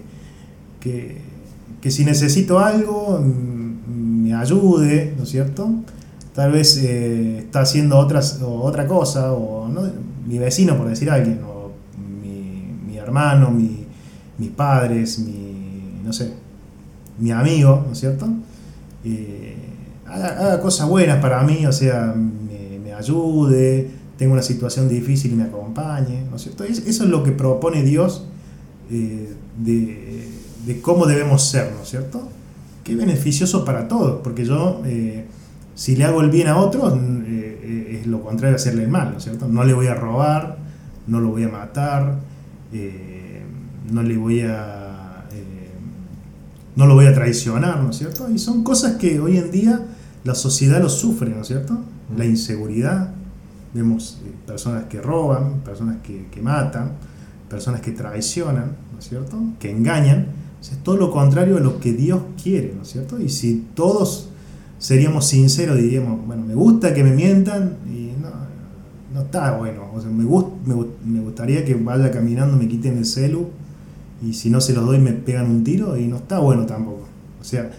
si necesito algo, me ayude, ¿no es cierto? Tal vez está haciendo otra cosa, o ¿no? Mi vecino, por decir alguien, o mi hermano, mis padres, no sé, mi amigo, ¿no es cierto? Haga cosas buenas para mí, o sea, me ayude, tengo una situación difícil y me acompañe, ¿no es cierto? Eso es lo que propone Dios de cómo debemos ser, ¿no es cierto? Que es beneficioso para todos, porque yo, si le hago el bien a otros, es lo contrario de hacerle el mal, ¿no es cierto? No le voy a robar, no lo voy a matar, no le voy a... no lo voy a traicionar, ¿no es cierto? Y son cosas que hoy en día la sociedad lo sufre, ¿no es cierto? La inseguridad, vemos personas que roban, personas que matan, personas que traicionan, ¿no es cierto? Que engañan. O sea, es todo lo contrario a lo que Dios quiere, ¿no es cierto? Y si todos seríamos sinceros, diríamos, bueno, me gusta que me mientan y no está bueno. O sea, me gustaría que vaya caminando, me quiten el celu y si no se los doy me pegan un tiro y no está bueno tampoco. O sea,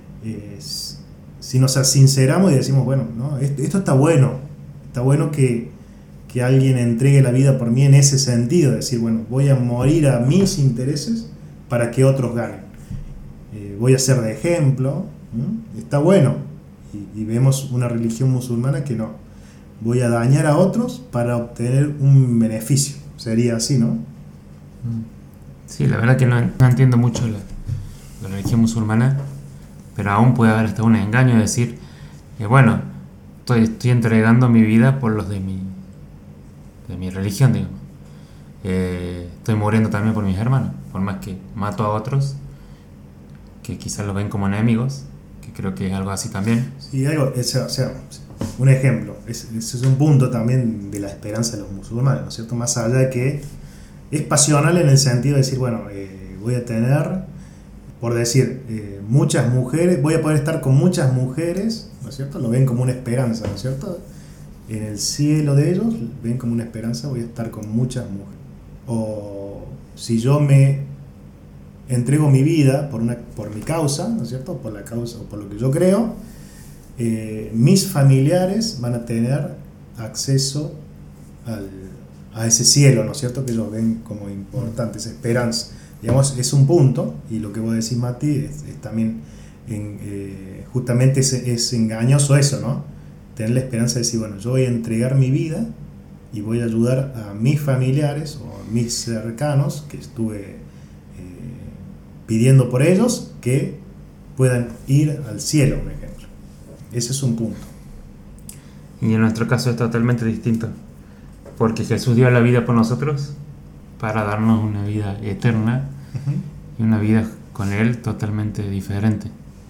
si nos sinceramos y decimos, bueno, ¿no? Esto está bueno que alguien entregue la vida por mí en ese sentido, decir, bueno, voy a morir a mis intereses para que otros ganen. Voy a ser de ejemplo, ¿no? Está bueno. Y vemos una religión musulmana que no. Voy a dañar a otros para obtener un beneficio. Sería así, ¿no? Sí, la verdad que no entiendo mucho la religión musulmana, pero aún puede haber hasta un engaño de decir, bueno, estoy entregando mi vida por los de mi religión, digamos. Estoy muriendo también por mis hermanos, por más que mato a otros que quizás los ven como enemigos, que creo que es algo así también. Sí, o sea, un ejemplo, ese es un punto también de la esperanza de los musulmanes, ¿no es cierto? Más allá de que es pasional en el sentido de decir, bueno, voy a tener, por decir, muchas mujeres, voy a poder estar con muchas mujeres, ¿no es cierto? Lo ven como una esperanza, ¿no es cierto? En el cielo de ellos ven como una esperanza, voy a estar con muchas mujeres. O si yo me entrego mi vida por mi causa, ¿no es cierto? Por la causa o por lo que yo creo, mis familiares van a tener acceso a ese cielo, ¿no es cierto? Que ellos ven como importante, esa esperanza. Digamos, es un punto, y lo que vos decís, Mati, es también justamente es engañoso eso, ¿no? Tener la esperanza de decir, bueno, yo voy a entregar mi vida y voy a ayudar a mis familiares o a mis cercanos que estuve pidiendo por ellos que puedan ir al cielo, por ejemplo. Ese es un punto. Y en nuestro caso es totalmente distinto, porque Jesús dio la vida por nosotros para darnos una vida eterna y una vida con Él totalmente diferente.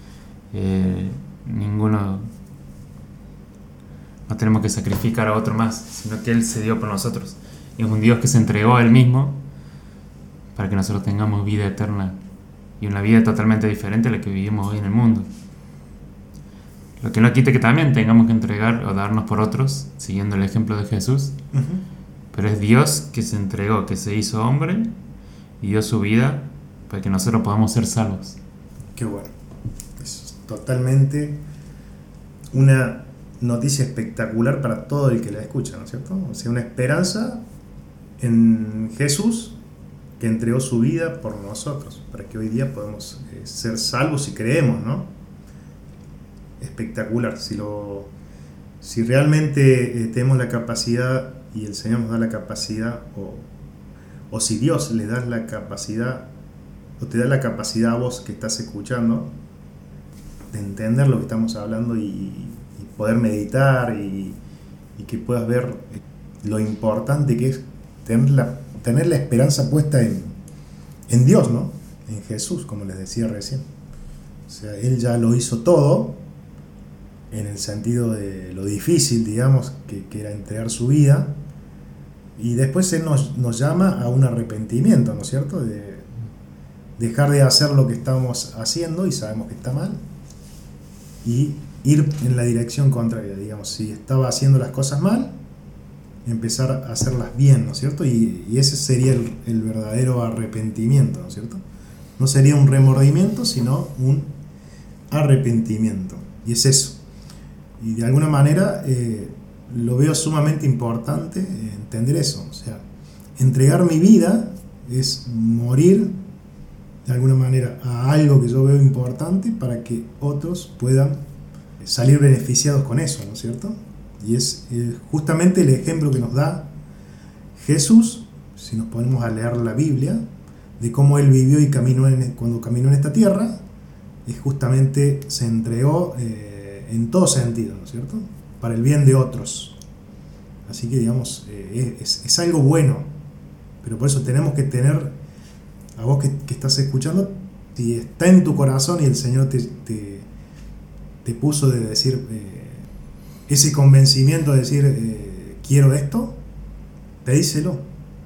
No tenemos que sacrificar a otro más, sino que Él se dio por nosotros. Y es un Dios que se entregó a Él mismo para que nosotros tengamos vida eterna y una vida totalmente diferente a la que vivimos hoy en el mundo. Lo que no quita que también tengamos que entregar o darnos por otros, siguiendo el ejemplo de Jesús. Pero es Dios que se entregó, que se hizo hombre y dio su vida para que nosotros podamos ser salvos. Qué bueno. Es totalmente una noticia espectacular para todo el que la escucha, ¿no es cierto? O sea, una esperanza en Jesús que entregó su vida por nosotros, para que hoy día podamos ser salvos si creemos, ¿no? Espectacular. Si realmente tenemos la capacidad y el Señor nos da la capacidad, o si Dios le da la capacidad, o te da la capacidad a vos que estás escuchando, de entender lo que estamos hablando y poder meditar y que puedas ver lo importante que es tener la esperanza puesta en Dios, ¿no? En Jesús, como les decía recién. O sea, Él ya lo hizo todo, en el sentido de lo difícil, digamos, que era entregar su vida, y después Él nos llama a un arrepentimiento, ¿no es cierto? De dejar de hacer lo que estamos haciendo y sabemos que está mal, y ir en la dirección contraria, digamos, si estaba haciendo las cosas mal, empezar a hacerlas bien, ¿no es cierto? Y ese sería el verdadero arrepentimiento, ¿no es cierto? No sería un remordimiento, sino un arrepentimiento, y es eso. Y de alguna manera lo veo sumamente importante entender eso, o sea, entregar mi vida es morir de alguna manera a algo que yo veo importante para que otros puedan salir beneficiados con eso, ¿no es cierto? Y es justamente el ejemplo que nos da Jesús, si nos ponemos a leer la Biblia, de cómo Él vivió y caminó cuando caminó en esta tierra, es justamente se entregó en todo sentido, ¿no es cierto? Para el bien de otros. Así que digamos, es algo bueno, pero por eso tenemos que tener, a vos que estás escuchando, si está en tu corazón y el Señor te puso de decir, ese convencimiento de decir, quiero esto, pedíselo.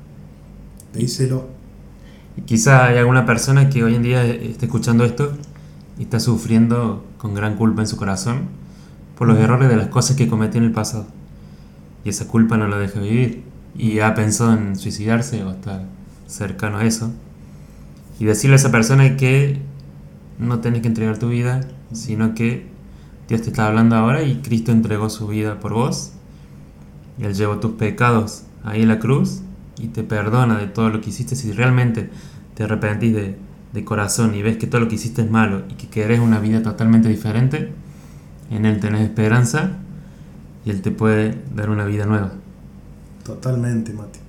Y quizá hay alguna persona que hoy en día esté escuchando esto y está sufriendo con gran culpa en su corazón por los errores de las cosas que cometió en el pasado. Y esa culpa no la deja vivir. Y ha pensado en suicidarse o está cercano a eso. Y decirle a esa persona que no tenés que entregar tu vida, sino que Dios te está hablando ahora y Cristo entregó su vida por vos. Y Él llevó tus pecados ahí en la cruz y te perdona de todo lo que hiciste. Si realmente te arrepentís de corazón y ves que todo lo que hiciste es malo y que querés una vida totalmente diferente, en Él tenés esperanza y Él te puede dar una vida nueva. Totalmente, Mati.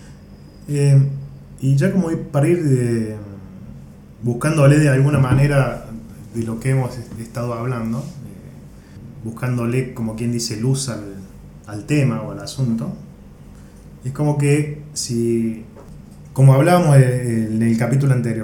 Y ya como para ir buscándole de alguna manera de lo que hemos estado hablando, buscándole, como quien dice, luz al tema o al asunto, es como que si, como hablábamos en el capítulo anterior,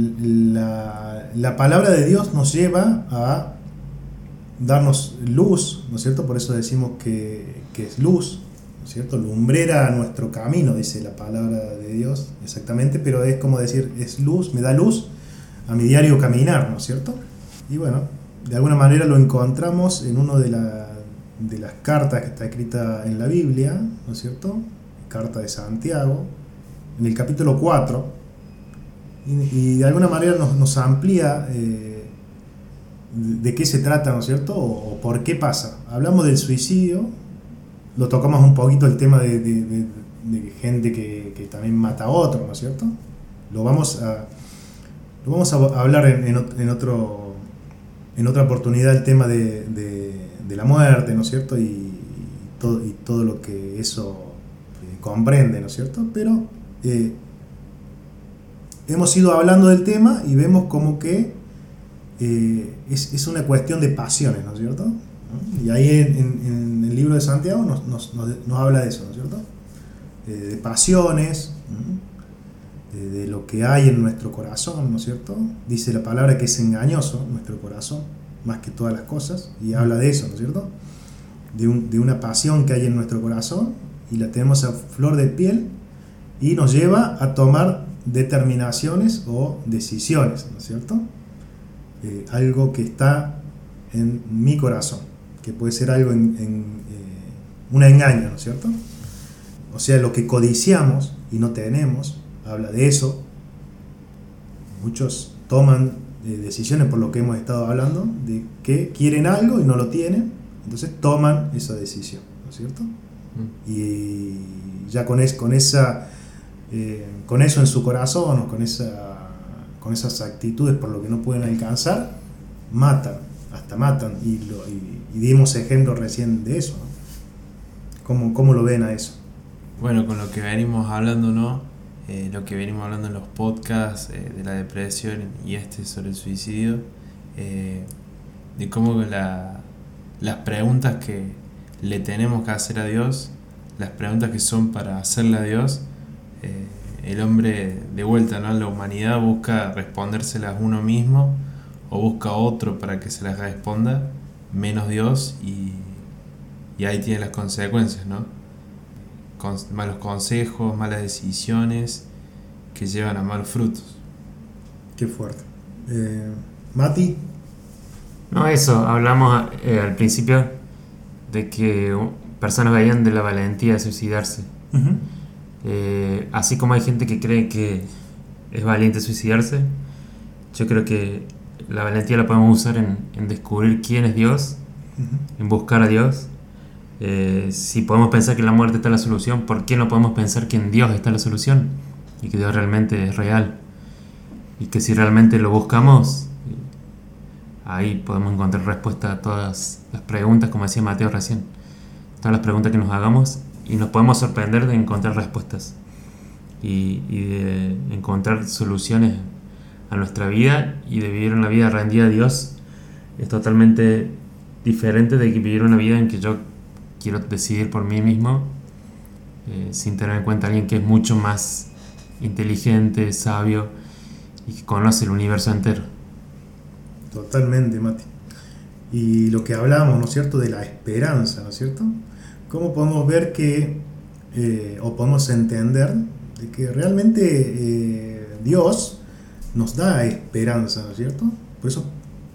la palabra de Dios nos lleva a darnos luz, ¿no es cierto? Por eso decimos que es luz, ¿no es cierto? Lumbrera a nuestro camino, dice la palabra de Dios, exactamente, pero es como decir, es luz, me da luz a mi diario caminar, ¿no es cierto? Y bueno, de alguna manera lo encontramos en una de las cartas que está escrita en la Biblia, ¿no es cierto? Carta de Santiago, en el capítulo 4, y de alguna manera nos amplía de qué se trata, ¿no es cierto? O por qué pasa. Hablamos del suicidio, lo tocamos un poquito el tema de gente que también mata a otro, ¿no es cierto? Lo vamos a hablar en otra oportunidad, el tema de la muerte, ¿no es cierto? Y todo lo que eso comprende, ¿no es cierto? Pero hemos ido hablando del tema y vemos como que es una cuestión de pasiones, ¿no es cierto? Y ahí en el libro de Santiago nos habla de eso, ¿no es cierto? De pasiones, de lo que hay en nuestro corazón, ¿no es cierto? Dice la palabra que es engañoso nuestro corazón, más que todas las cosas, y habla de eso, ¿no es cierto? De una pasión que hay en nuestro corazón, y la tenemos a flor de piel, y nos lleva a tomar determinaciones o decisiones, ¿no es cierto? Algo que está en mi corazón, que puede ser algo un engaño, ¿no es cierto? O sea, lo que codiciamos y no tenemos, habla de eso. Muchos toman decisiones por lo que hemos estado hablando, de que quieren algo y no lo tienen, entonces toman esa decisión, ¿no es cierto? Y ya con eso en su corazón o con esas actitudes por lo que no pueden alcanzar, matan, y dimos ejemplo recién de eso, ¿no? ¿Cómo lo ven a eso? Bueno, con lo que venimos hablando, ¿no? Lo que venimos hablando en los podcasts de la depresión y sobre el suicidio, de cómo las preguntas que le tenemos que hacer a Dios, las preguntas que son para hacerle a Dios, el hombre de vuelta, ¿no? La humanidad busca respondérselas uno mismo o busca otro para que se las responda, menos Dios, y ahí tiene las consecuencias, ¿no? Malos consejos, malas decisiones que llevan a malos frutos. Qué fuerte. Mati. No, eso, hablamos al principio de que personas veían de la valentía de suicidarse. Uh-huh. Así como hay gente que cree que es valiente suicidarse, yo creo que la valentía la podemos usar en descubrir quién es Dios, uh-huh, en buscar a Dios. Si podemos pensar que en la muerte está la solución, ¿por qué no podemos pensar que en Dios está la solución? y que Dios realmente es real. Y que si realmente lo buscamos, ahí podemos encontrar respuesta a todas las preguntas, como decía Mateo recién. Todas las preguntas que nos hagamos y nos podemos sorprender de encontrar respuestas y de encontrar soluciones a nuestra vida y de vivir una vida rendida a Dios. Es totalmente diferente de que vivir una vida en que yo quiero decidir por mí mismo sin tener en cuenta a alguien que es mucho más inteligente, sabio y que conoce el universo entero. Totalmente, Mati. Y lo que hablábamos, ¿no es cierto?, de la esperanza, ¿no es cierto? ¿Cómo podemos ver que, o podemos entender de que realmente Dios nos da esperanza, ¿no es cierto? Por eso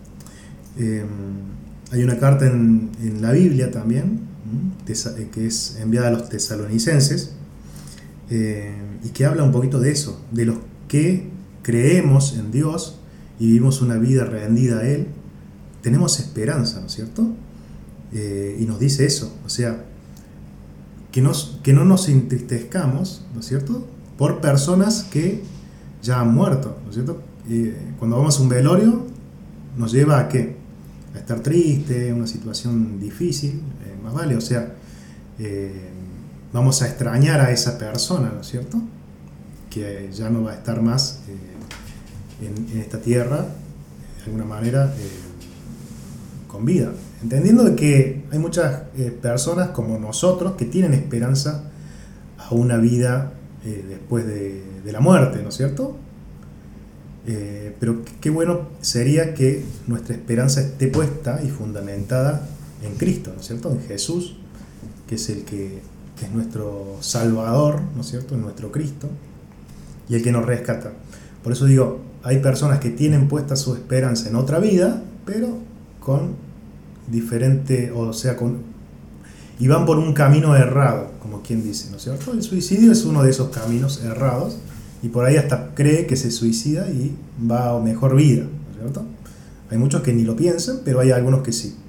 hay una carta en la Biblia también, que es enviada a los tesalonicenses, y que habla un poquito de eso, de los que creemos en Dios y vivimos una vida rendida a Él, tenemos esperanza, ¿no es cierto? Y nos dice eso, o sea, que no nos entristezcamos, ¿no es cierto?, por personas que ya han muerto, ¿no es cierto? Cuando vamos a un velorio, nos lleva a ¿qué? A estar triste, una situación difícil, más vale, o sea, vamos a extrañar a esa persona, ¿no es cierto?, que ya no va a estar más en esta tierra, de alguna manera, con vida. Entendiendo de que hay muchas personas como nosotros que tienen esperanza a una vida después de la muerte, ¿no es cierto? Pero qué bueno sería que nuestra esperanza esté puesta y fundamentada en Cristo, ¿no es cierto? En Jesús, que es el que es nuestro Salvador, ¿no es cierto? En nuestro Cristo, y el que nos rescata. Por eso digo, hay personas que tienen puesta su esperanza en otra vida, pero con diferente, o sea, y van por un camino errado, como quien dice, ¿no es cierto? El suicidio es uno de esos caminos errados, y por ahí hasta cree que se suicida y va a mejor vida, ¿no es cierto? Hay muchos que ni lo piensan, pero hay algunos que sí.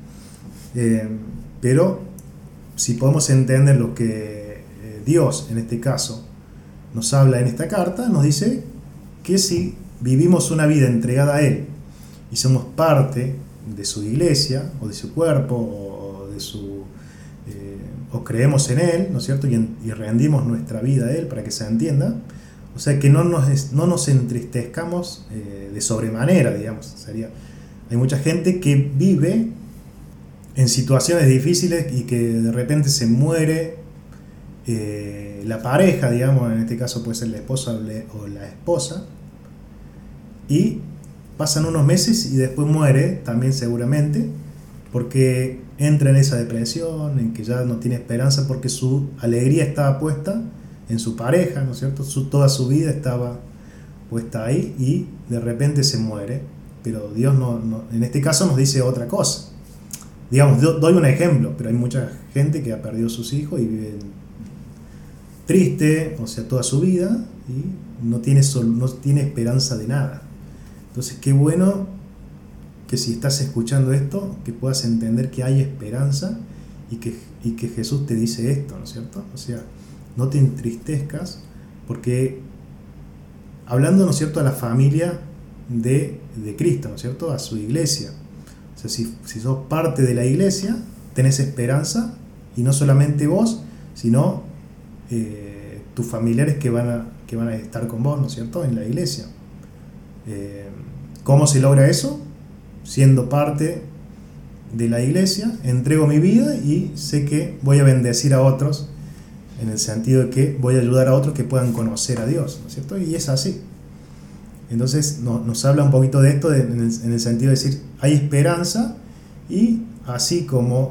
Pero si podemos entender lo que Dios, en este caso, nos habla en esta carta, nos dice que si vivimos una vida entregada a Él y somos parte de su iglesia o de su cuerpo o de su o creemos en Él, ¿no es cierto?, y rendimos nuestra vida a Él, para que se entienda, o sea, que no nos entristezcamos de sobremanera, digamos. Hay mucha gente que vive en situaciones difíciles y que de repente se muere la pareja, digamos, en este caso puede ser la esposa o la esposa, y pasan unos meses y después muere también seguramente, porque entra en esa depresión, en que ya no tiene esperanza, porque su alegría estaba puesta en su pareja, ¿no es cierto? Toda su vida estaba puesta ahí y de repente se muere. Pero Dios no, en este caso nos dice otra cosa. Digamos, doy un ejemplo, pero hay mucha gente que ha perdido sus hijos y vive triste, o sea, toda su vida, y no tiene esperanza de nada. Entonces, qué bueno que si estás escuchando esto, que puedas entender que hay esperanza y que Jesús te dice esto, ¿no es cierto? O sea, no te entristezcas, porque hablando, ¿no es cierto?, a la familia de Cristo, ¿no es cierto?, a su iglesia. O sea, si sos parte de la iglesia, tenés esperanza, y no solamente vos, sino tus familiares que van a estar con vos, ¿no es cierto?, en la iglesia. ¿Cómo se logra eso? Siendo parte de la iglesia, entrego mi vida y sé que voy a bendecir a otros, en el sentido de que voy a ayudar a otros que puedan conocer a Dios, ¿no es cierto? Y es así. Entonces nos habla un poquito de esto en el sentido de decir, hay esperanza, y así como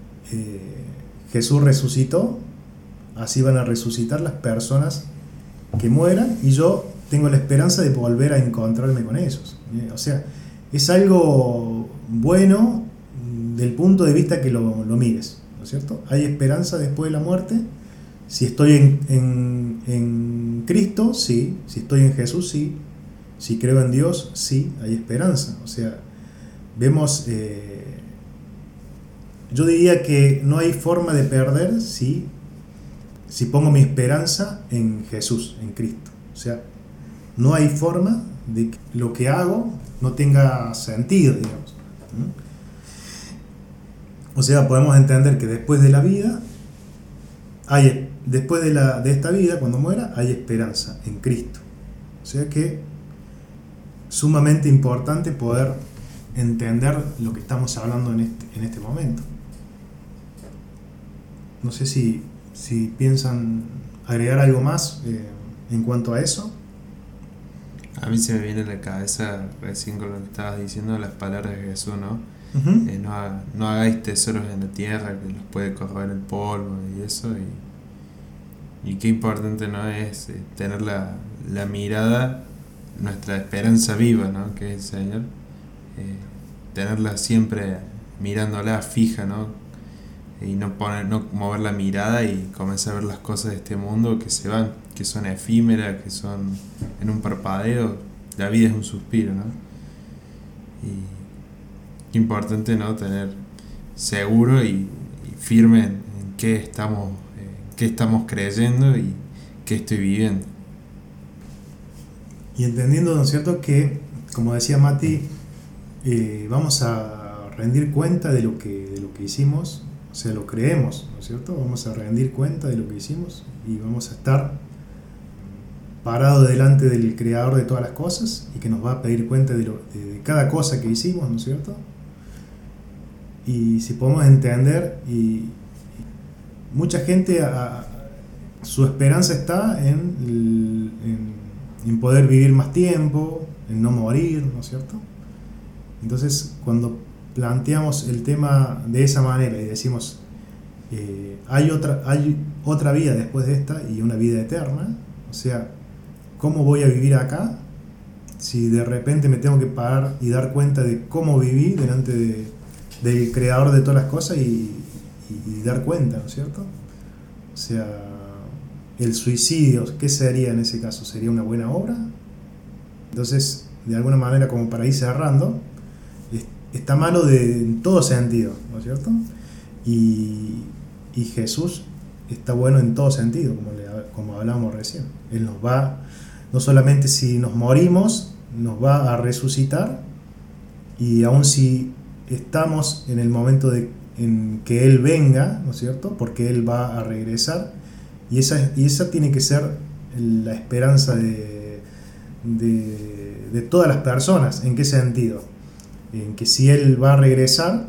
Jesús resucitó, así van a resucitar las personas que mueran, y yo tengo la esperanza de volver a encontrarme con ellos. O sea, es algo bueno del punto de vista que lo mires, ¿no es cierto? Hay esperanza después de la muerte. Si estoy en Cristo, sí. Si estoy en Jesús, sí. Si creo en Dios, sí, hay esperanza. O sea, vemos, yo diría que no hay forma de perder si pongo mi esperanza en Jesús, en Cristo. O sea, no hay forma de que lo que hago no tenga sentido, digamos. O sea, podemos entender que después de la vida, después de esta vida, cuando muera, hay esperanza en Cristo. O sea que sumamente importante poder entender lo que estamos hablando en este momento. No sé si piensan agregar algo más en cuanto a eso. A mí se me viene a la cabeza, recién con lo que estabas diciendo, las palabras de Jesús, ¿no? Uh-huh. No hagáis tesoros en la tierra, que los puede corroer el polvo y eso. Y qué importante, ¿no? Es tener la mirada, nuestra esperanza viva, ¿no? Que es el Señor. Tenerla siempre mirándola fija, ¿no? Y no mover la mirada y comenzar a ver las cosas de este mundo que se van, que son efímeras, que son en un parpadeo. La vida es un suspiro, ¿no? Y qué importante, ¿no? Tener seguro y firme en qué estamos creyendo y qué estoy viviendo. Y entendiendo, ¿no es cierto?, que, como decía Mati, vamos a rendir cuenta de lo que hicimos. O sea, lo creemos, ¿no es cierto? Vamos a rendir cuenta de lo que hicimos y vamos a estar parados delante del Creador de todas las cosas y que nos va a pedir cuenta de cada cosa que hicimos, ¿no es cierto? Y si podemos entender, y mucha gente, su esperanza está en poder vivir más tiempo, en no morir, ¿no es cierto? Entonces, cuando planteamos el tema de esa manera y decimos hay otra vida después de esta y una vida eterna, o sea, ¿cómo voy a vivir acá si de repente me tengo que parar y dar cuenta de cómo viví delante del Creador de todas las cosas y dar cuenta, ¿no es cierto? O sea, el suicidio, ¿qué sería en ese caso? ¿Sería una buena obra? Entonces, de alguna manera, como para ir cerrando, está malo en todo sentido, ¿no es cierto? Y Jesús está bueno en todo sentido, como hablábamos recién. Él nos va, no solamente si nos morimos, nos va a resucitar, y aun si estamos en el momento en que Él venga, ¿no es cierto?, porque Él va a regresar, y esa tiene que ser la esperanza de todas las personas. ¿En qué sentido? En que si Él va a regresar,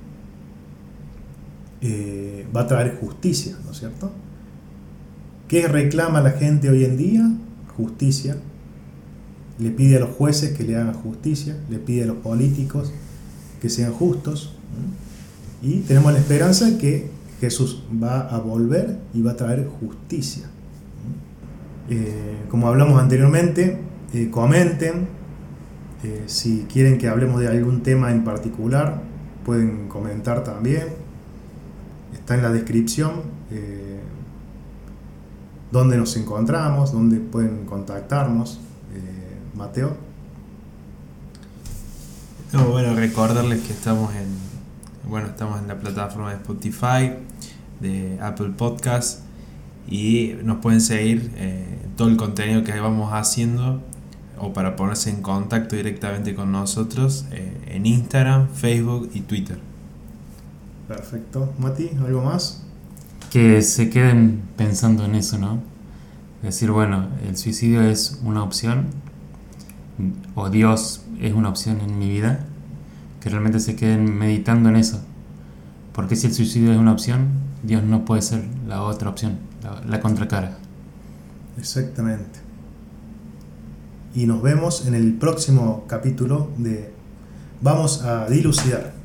va a traer justicia, ¿no es cierto? ¿Qué reclama la gente hoy en día? Justicia. Le pide a los jueces que le hagan justicia, le pide a los políticos que sean justos, y tenemos la esperanza de que Jesús va a volver y va a traer justicia. Como hablamos anteriormente, comenten. Si quieren que hablemos de algún tema en particular, pueden comentar también. Está en la descripción dónde nos encontramos, dónde pueden contactarnos. Mateo. No, bueno, recordarles que estamos en la plataforma de Spotify, de Apple Podcast, y nos pueden seguir todo el contenido que vamos haciendo, o para ponerse en contacto directamente con nosotros en Instagram, Facebook y Twitter. Perfecto. Mati, ¿algo más? Que se queden pensando en eso, ¿no? Decir, bueno, el suicidio es una opción, o Dios es una opción en mi vida. Que realmente se queden meditando en eso. Porque si el suicidio es una opción, Dios no puede ser la otra opción, la contracara. Exactamente. Y nos vemos en el próximo capítulo de Vamos a Dilucidar.